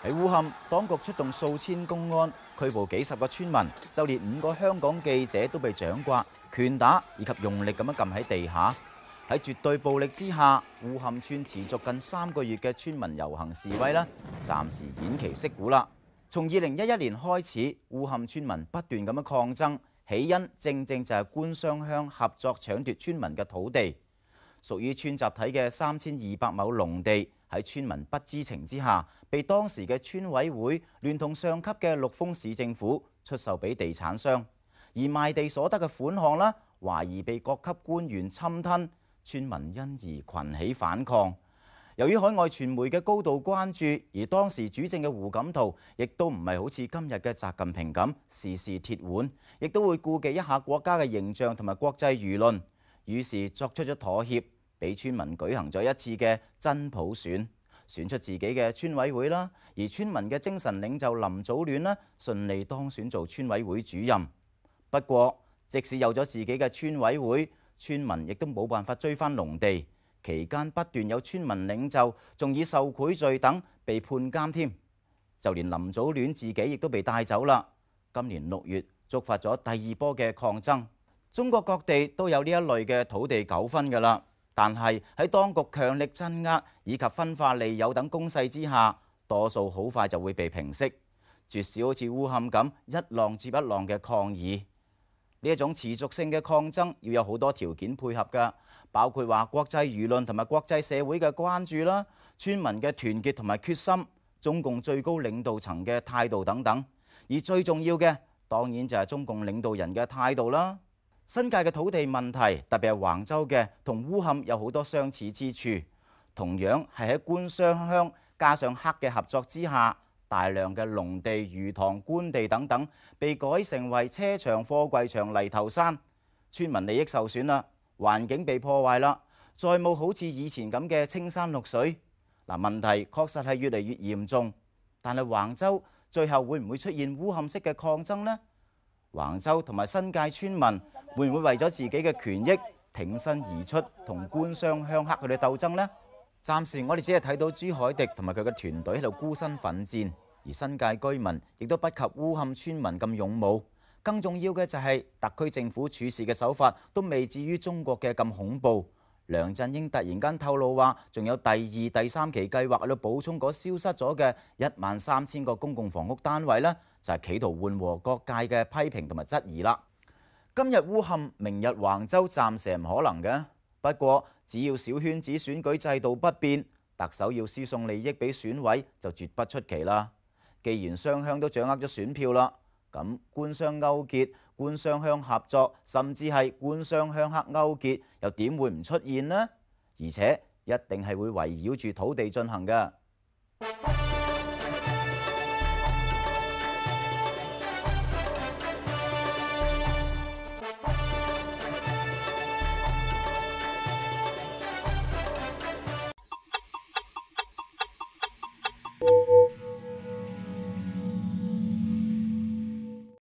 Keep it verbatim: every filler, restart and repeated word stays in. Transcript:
喺烏坎，當局出動數千公安，拘捕幾十個村民，就連五個香港記者都被掌摑、拳打以及用力咁樣撳喺地下。喺絕對暴力之下，烏坎村持續近三個月嘅村民遊行示威啦，暫時偃旗息鼓啦。從二零一一年開始，烏坎村民不斷咁樣抗爭，起因正正就係官商鄉合作搶奪村民嘅土地。屬於村集體嘅三千二百畝農地，喺村民不知情之下，被當時嘅村委會聯同上級嘅陸豐市政府出售俾地產商，而賣地所得嘅款項啦，懷疑被各級官員侵吞，村民因而群起反抗。由於海外傳媒嘅高度關注，而當時主政嘅胡錦濤亦都唔係好似今日嘅習近平咁事事鐵腕，亦都會顧忌一下國家嘅形象同埋國際輿論。於是作出咗妥協，俾村民舉行咗一次嘅真普選，選出自己嘅村委會啦。而村民嘅精神領袖林祖戀呢，順利當選做村委會主任。不過，即使有咗自己嘅村委會，村民亦都冇辦法追翻農地。期間不斷有村民領袖仲以受賄罪等被判監添，就連林祖戀自己亦都被帶走啦。今年六月觸發咗第二波嘅抗爭。中國各地都有呢一類嘅土地糾紛㗎啦，但係喺當局強力鎮壓以及分化利誘等攻勢之下，多數好快就會被平息，絕少好似烏坎咁一浪接一浪嘅抗議。呢一種持續性嘅抗爭要有好多條件配合㗎，包括話國際輿論同埋國際社會嘅關注啦，村民嘅團結同埋決心，中共最高領導層嘅態度等等。而最重要嘅當然就係中共領導人嘅態度啦。新界嘅土地問題，特別係橫洲嘅，同烏坎有好多相似之處。同樣係喺官商鄉加上黑嘅合作之下，大量嘅農地、魚塘、官地等等被改成為車場、貨櫃場、泥頭山，村民利益受損啦，環境被破壞啦，再冇好似以前咁嘅青山綠水。嗱，問題確實係越嚟越嚴重，但係橫洲最後會唔會出現烏坎式嘅抗爭呢？橫洲同埋新界村民會唔會為咗自己嘅權益挺身而出，同官商鄉黑佢哋鬥爭呢？暫時我哋只係睇到朱凱廸同埋佢嘅團隊喺度孤身奮戰，而新界居民亦都不及烏坎村民咁勇武。更重要嘅就係特區政府處事嘅手法都未至於中國嘅咁恐怖。梁振英突然間透露話，仲有第二、第三期計劃喺度補充嗰消失咗嘅一萬三千個公共房屋單位呢，就係企圖緩和各界嘅批評同埋質疑啦。今日烏坎，明日橫洲，暫時唔可能嘅。不過只要小圈子選舉制度不變，特首要輸送利益俾選委就絕不出奇啦。既然雙鄉都掌握咗選票啦，咁官商勾結、官商鄉合作，甚至係官商鄉黑勾結，又點會唔出現呢？而且一定係會圍繞住土地進行嘅。